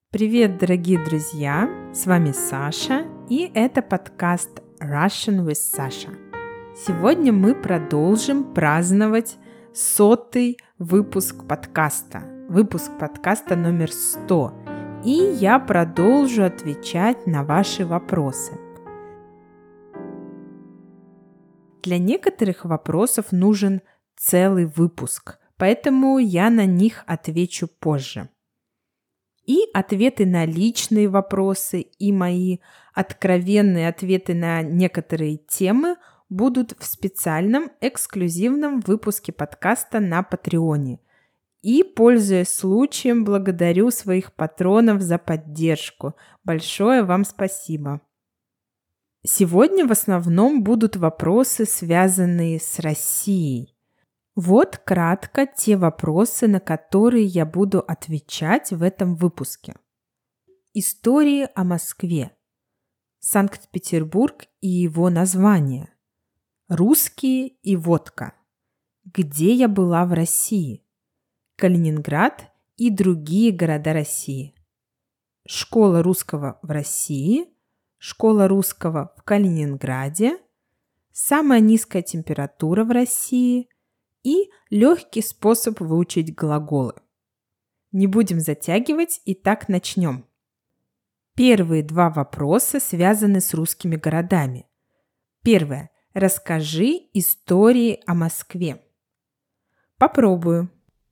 Привет, дорогие друзья! С вами Саша, и это подкаст Russian with Sasha. Сегодня мы продолжим праздновать 100-й выпуск подкаста номер 100, и я продолжу отвечать на ваши вопросы. Для некоторых вопросов нужен целый выпуск, поэтому я на них отвечу позже. И ответы на личные вопросы, и мои откровенные ответы на некоторые темы будут в специальном эксклюзивном выпуске подкаста на Патреоне. И, пользуясь случаем, благодарю своих патронов за поддержку. Большое вам спасибо. Сегодня в основном будут вопросы, связанные с Россией. Вот кратко те вопросы, на которые я буду отвечать в этом выпуске. Истории о Москве. Санкт-Петербург и его название. Русские и водка. Где я была в России? Калининград и другие города России. Школа русского в России. Школа русского в Калининграде. Самая низкая температура в России. И легкий способ выучить глаголы. Не будем затягивать, и так начнем. Первые два вопроса связаны с русскими городами. Первое. Расскажи истории о Москве. Попробую.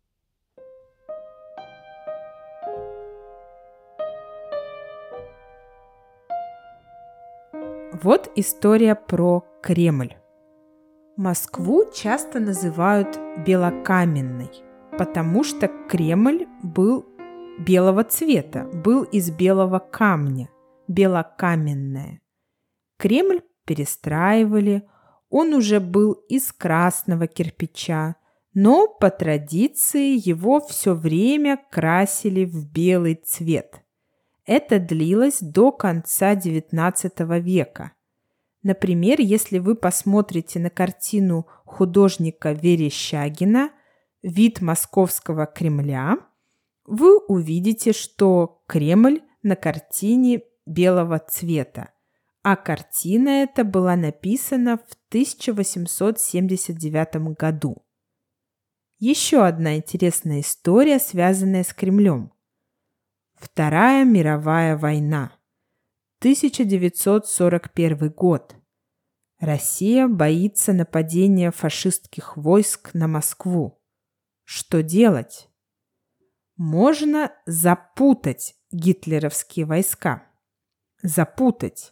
Вот история про Кремль. Москву часто называют белокаменной, потому что Кремль был белого цвета, был из белого камня, белокаменная. Кремль перестраивали, он уже был из красного кирпича, но по традиции его все время красили в белый цвет. Это длилось до конца XIX века. Например, если вы посмотрите на картину художника Верещагина «Вид московского Кремля», вы увидите, что Кремль на картине белого цвета, а картина эта была написана в 1879 году. Еще одна интересная история, связанная с Кремлем. Вторая мировая война. 1941 год. Россия боится нападения фашистских войск на Москву. Что делать? Можно запутать гитлеровские войска. Запутать.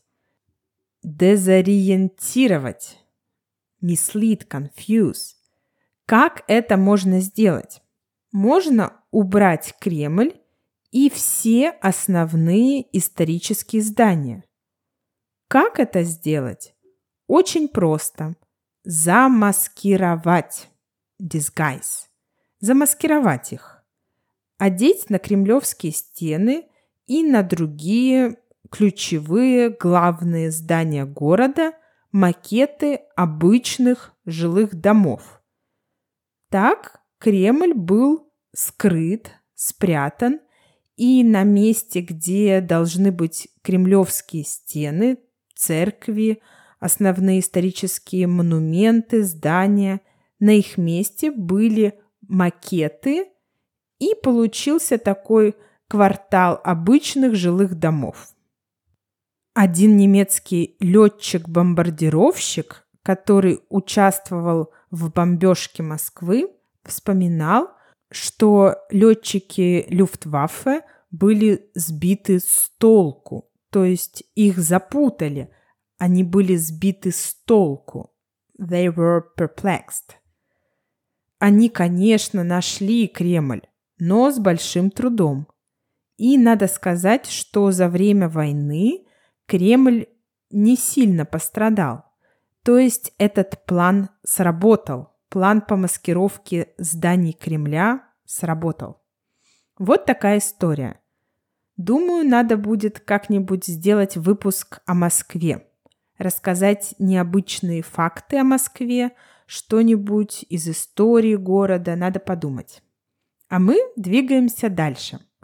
Дезориентировать. Mislead, confuse. Как это можно сделать? Можно убрать Кремль и все основные исторические здания. Как это сделать? Очень просто. Замаскировать. Disguise. Замаскировать их. Одеть на кремлевские стены и на другие ключевые главные здания города макеты обычных жилых домов. Так Кремль был скрыт, спрятан, и на месте, где должны быть кремлевские стены, церкви, основные исторические монументы, здания, на их месте были макеты, и получился такой квартал обычных жилых домов. Один немецкий летчик-бомбардировщик, который участвовал в бомбежке Москвы, вспоминал, что летчики Люфтваффе были сбиты с толку, то есть их запутали, они были сбиты с толку. They were perplexed. Они, конечно, нашли Кремль, но с большим трудом. И надо сказать, что за время войны Кремль не сильно пострадал. То есть этот план сработал. План по маскировке зданий Кремля сработал. Вот такая история. Думаю, надо будет как-нибудь сделать выпуск о Москве. Рассказать необычные факты о Москве, что-нибудь из истории города, надо подумать. А мы двигаемся дальше.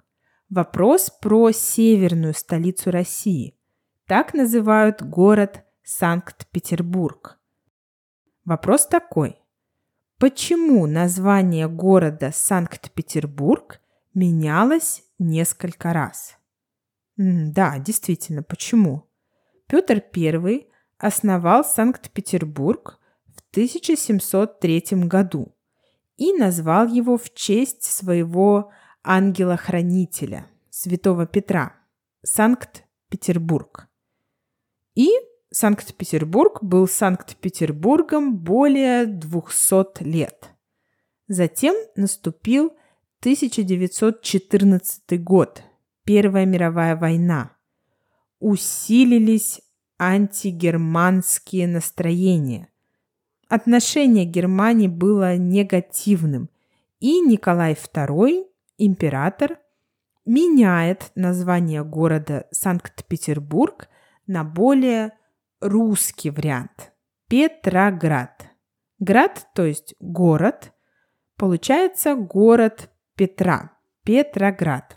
Вопрос про северную столицу России. Так называют город Санкт-Петербург. Вопрос такой. Почему название города Санкт-Петербург менялось несколько раз? Да, действительно, почему? Петр I основал Санкт-Петербург в 1703 году и назвал его в честь своего ангела-хранителя, святого Петра, Санкт-Петербург. И Санкт-Петербург был Санкт-Петербургом более 200 лет. Затем наступил 1914 год, Первая мировая война. Усилились антигерманские настроения. Отношение к Германии было негативным, и Николай II, император, меняет название города Санкт-Петербург на более русский вариант – Петроград. Град, то есть город, получается город Петра, Петроград.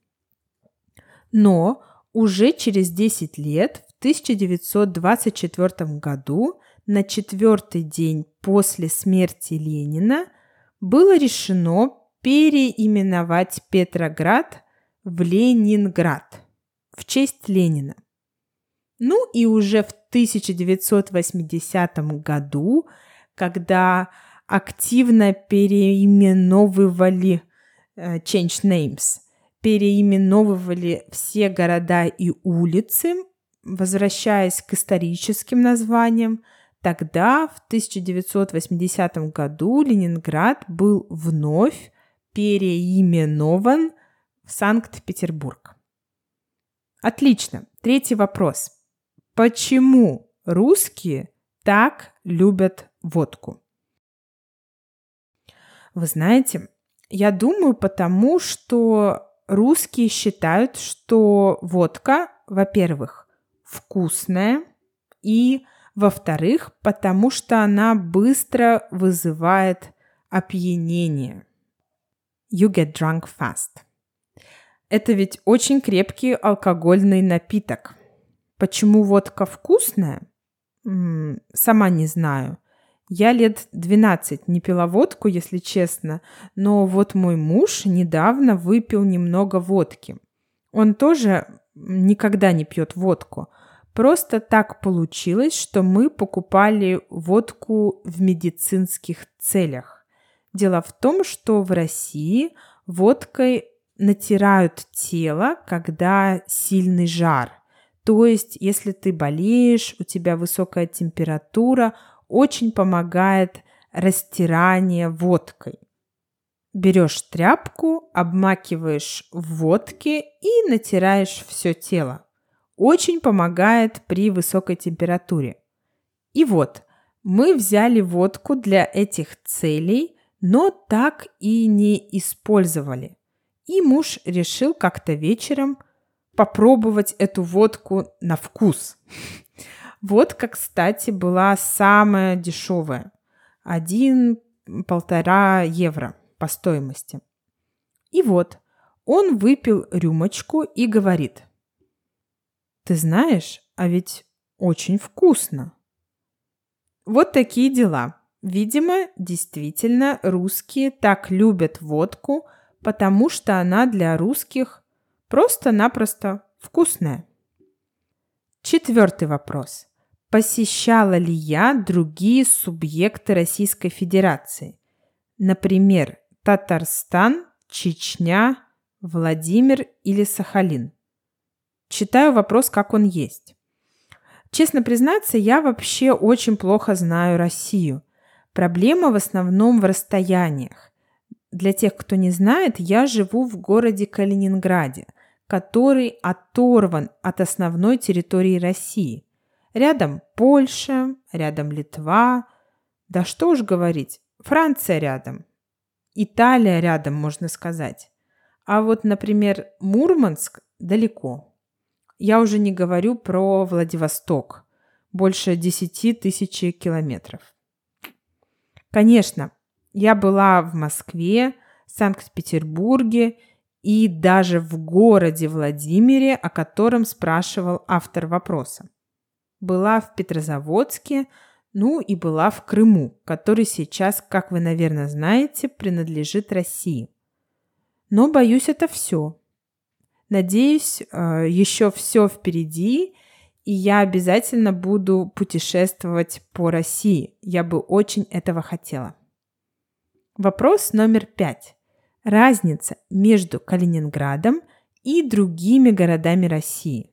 Но уже через 10 лет, в 1924 году, на 4-й день после смерти Ленина, было решено переименовать Петроград в Ленинград в честь Ленина. Ну и уже в 1980 году, когда активно переименовывали change names, переименовывали все города и улицы, возвращаясь к историческим названиям, тогда, в 1980 году, Ленинград был вновь переименован в Санкт-Петербург. Отлично. Третий вопрос. Почему русские так любят водку? Вы знаете, я думаю, потому что русские считают, что водка, во-первых, вкусная, и, во-вторых, потому что она быстро вызывает опьянение. You get drunk fast. Это ведь очень крепкий алкогольный напиток. Почему водка вкусная? Сама не знаю. Я лет 12 не пила водку, если честно, но вот мой муж недавно выпил немного водки. Он тоже никогда не пьет водку. Просто так получилось, что мы покупали водку в медицинских целях. Дело в том, что в России водкой натирают тело, когда сильный жар. То есть, если ты болеешь, у тебя высокая температура, очень помогает растирание водкой. Берешь тряпку, обмакиваешь в водке и натираешь все тело. Очень помогает при высокой температуре. И вот, мы взяли водку для этих целей, но так и не использовали. И муж решил как-то вечером попробовать эту водку на вкус. Водка, кстати, была самая дешевая. 1-1,5 евро по стоимости. И вот, он выпил рюмочку и говорит: «Ты знаешь, а ведь очень вкусно». Вот такие дела. Видимо, действительно, русские так любят водку, потому что она для русских просто-напросто вкусная. 4-й вопрос. Посещала ли я другие субъекты Российской Федерации? Например, Татарстан, Чечня, Владимир или Сахалин? Читаю вопрос, как он есть. Честно признаться, я вообще очень плохо знаю Россию. Проблема в основном в расстояниях. Для тех, кто не знает, я живу в городе Калининграде, который оторван от основной территории России. Рядом Польша, рядом Литва, да что уж говорить, Франция рядом, Италия рядом, можно сказать. А вот, например, Мурманск далеко. Я уже не говорю про Владивосток, больше 10 тысяч километров. Конечно, я была в Москве, Санкт-Петербурге и даже в городе Владимире, о котором спрашивал автор вопроса. Была в Петрозаводске, и была в Крыму, который сейчас, как вы, наверное, знаете, принадлежит России. Но, боюсь, это все. Надеюсь, еще все впереди, и я обязательно буду путешествовать по России. Я бы очень этого хотела. Вопрос номер 5. Разница между Калининградом и другими городами России.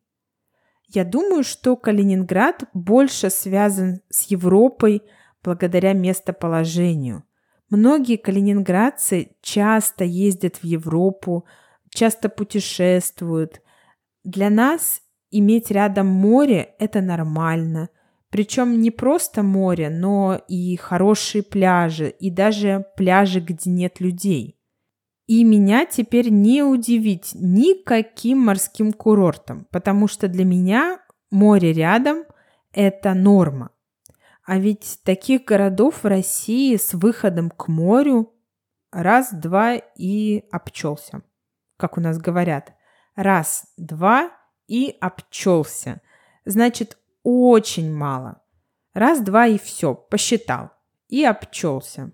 Я думаю, что Калининград больше связан с Европой благодаря местоположению. Многие калининградцы часто ездят в Европу, часто путешествуют. Для нас иметь рядом море – это нормально. Причем не просто море, но и хорошие пляжи, и даже пляжи, где нет людей. И меня теперь не удивить никаким морским курортом, потому что для меня море рядом – это норма. А ведь таких городов в России с выходом к морю раз-два и обчелся. Как у нас говорят, раз-два и обчелся. Значит, очень мало. Раз-два и все, посчитал. И обчелся.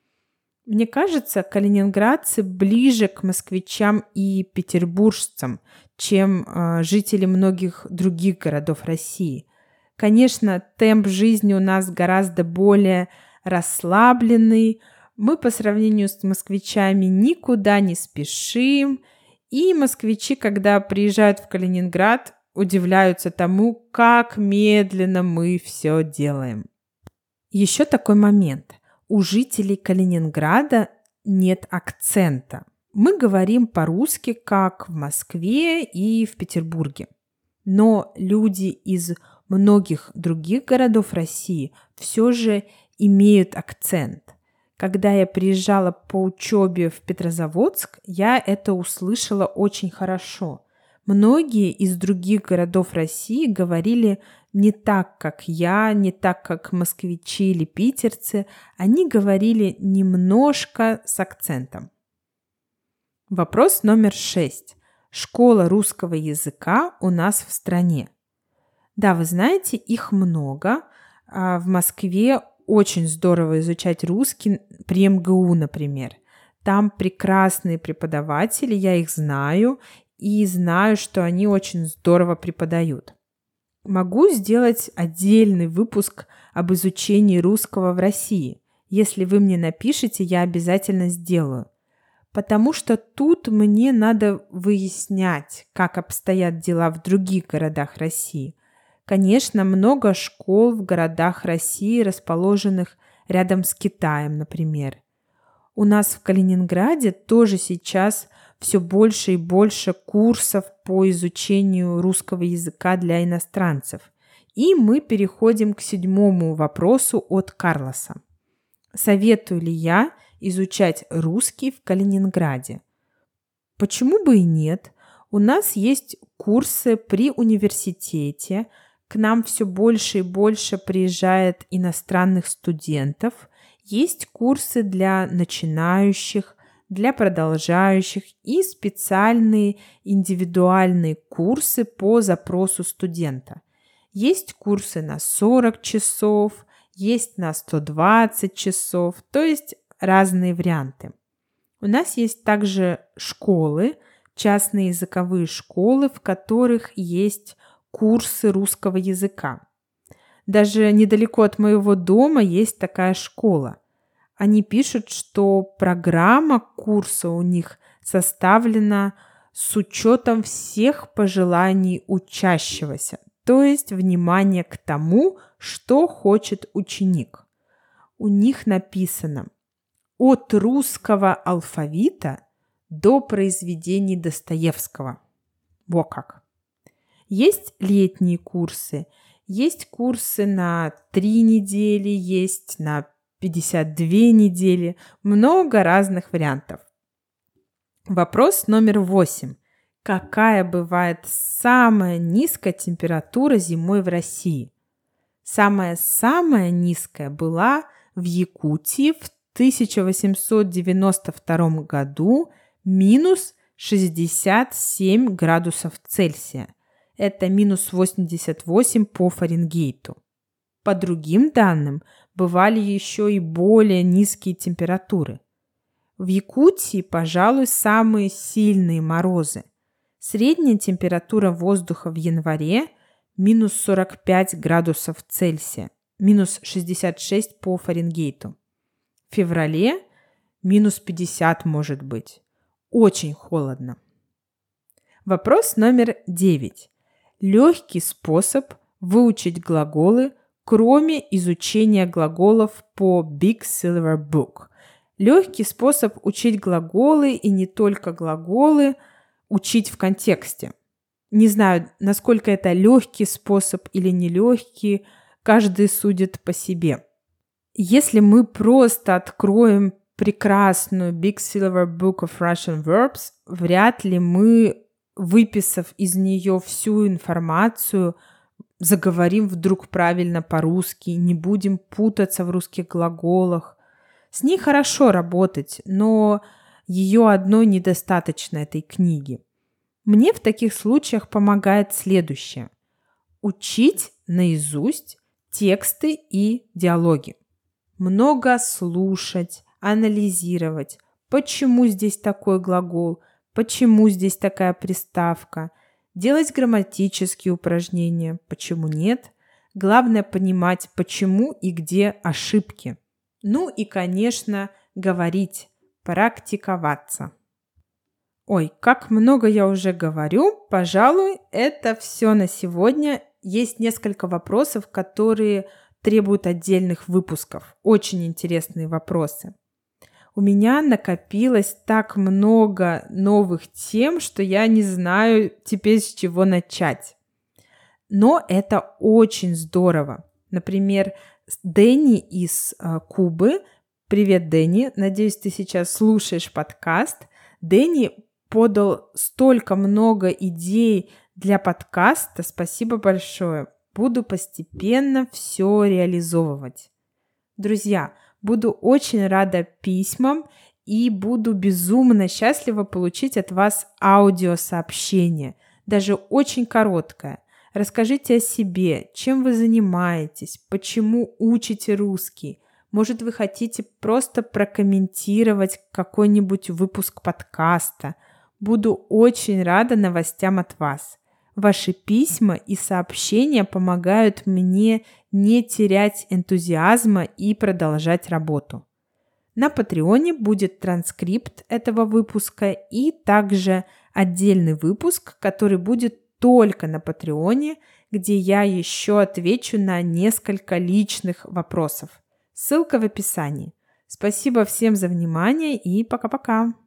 Мне кажется, калининградцы ближе к москвичам и петербуржцам, чем жители многих других городов России. Конечно, темп жизни у нас гораздо более расслабленный. Мы по сравнению с москвичами никуда не спешим. И москвичи, когда приезжают в Калининград, удивляются тому, как медленно мы все делаем. Еще такой момент. У жителей Калининграда нет акцента. Мы говорим по-русски, как в Москве и в Петербурге. Но люди из многих других городов России все же имеют акцент. Когда я приезжала по учебе в Петрозаводск, я это услышала очень хорошо. Многие из других городов России говорили не так, как я, не так, как москвичи или питерцы. Они говорили немножко с акцентом. Вопрос номер 6. Школа русского языка у нас в стране. Да, вы знаете, их много. В Москве очень здорово изучать русский при МГУ, например. Там прекрасные преподаватели, я их знаю, и знаю, что они очень здорово преподают. Могу сделать отдельный выпуск об изучении русского в России. Если вы мне напишите, я обязательно сделаю. Потому что тут мне надо выяснять, как обстоят дела в других городах России. Конечно, много школ в городах России, расположенных рядом с Китаем, например. У нас в Калининграде тоже сейчас все больше и больше курсов по изучению русского языка для иностранцев. И мы переходим к 7 вопросу от Карлоса. Советую ли я изучать русский в Калининграде? Почему бы и нет? У нас есть курсы при университете. К нам все больше и больше приезжает иностранных студентов. Есть курсы для начинающих, для продолжающих и специальные индивидуальные курсы по запросу студента. Есть курсы на 40 часов, есть на 120 часов, то есть разные варианты. У нас есть также школы, частные языковые школы, в которых есть курсы русского языка. Даже недалеко от моего дома есть такая школа. Они пишут, что программа курса у них составлена с учетом всех пожеланий учащегося, то есть внимание к тому, что хочет ученик. У них написано от русского алфавита до произведений Достоевского. Во как! Есть летние курсы, есть курсы на 3 недели, есть на 52 недели, много разных вариантов. Вопрос номер 8. Какая бывает самая низкая температура зимой в России? Самая низкая была в Якутии в 1892 году минус 67 градусов Цельсия. Это минус 88 по Фаренгейту. По другим данным, бывали еще и более низкие температуры. В Якутии, пожалуй, самые сильные морозы. Средняя температура воздуха в январе – минус 45 градусов Цельсия, минус 66 по Фаренгейту. В феврале минус 50 может быть. Очень холодно. Вопрос номер 9. Легкий способ выучить глаголы, кроме изучения глаголов по Big Silver Book. Легкий способ учить глаголы и не только глаголы, учить в контексте. Не знаю, насколько это легкий способ или нелегкий, каждый судит по себе. Если мы просто откроем прекрасную Big Silver Book of Russian Verbs, вряд ли мы, выписав из нее всю информацию, заговорим вдруг правильно по-русски, не будем путаться в русских глаголах. С ней хорошо работать, но ее одной недостаточно, этой книги. Мне в таких случаях помогает следующее. Учить наизусть тексты и диалоги. Много слушать, анализировать, почему здесь такой глагол, почему здесь такая приставка, делать грамматические упражнения, почему нет. Главное понимать, почему и где ошибки. Ну и, конечно, говорить, практиковаться. Ой, как много я уже говорю. Пожалуй, это все на сегодня. Есть несколько вопросов, которые требуют отдельных выпусков. Очень интересные вопросы. У меня накопилось так много новых тем, что я не знаю теперь, с чего начать. Но это очень здорово. Например, Дэнни из Кубы. Привет, Дэнни. Надеюсь, ты сейчас слушаешь подкаст. Дэнни подал столько много идей для подкаста. Спасибо большое. Буду постепенно все реализовывать. Друзья, буду очень рада письмам и буду безумно счастлива получить от вас аудиосообщение, даже очень короткое. Расскажите о себе, чем вы занимаетесь, почему учите русский. Может, вы хотите просто прокомментировать какой-нибудь выпуск подкаста. Буду очень рада новостям от вас. Ваши письма и сообщения помогают мне не терять энтузиазма и продолжать работу. На Патреоне будет транскрипт этого выпуска и также отдельный выпуск, который будет только на Патреоне, где я еще отвечу на несколько личных вопросов. Ссылка в описании. Спасибо всем за внимание и пока-пока.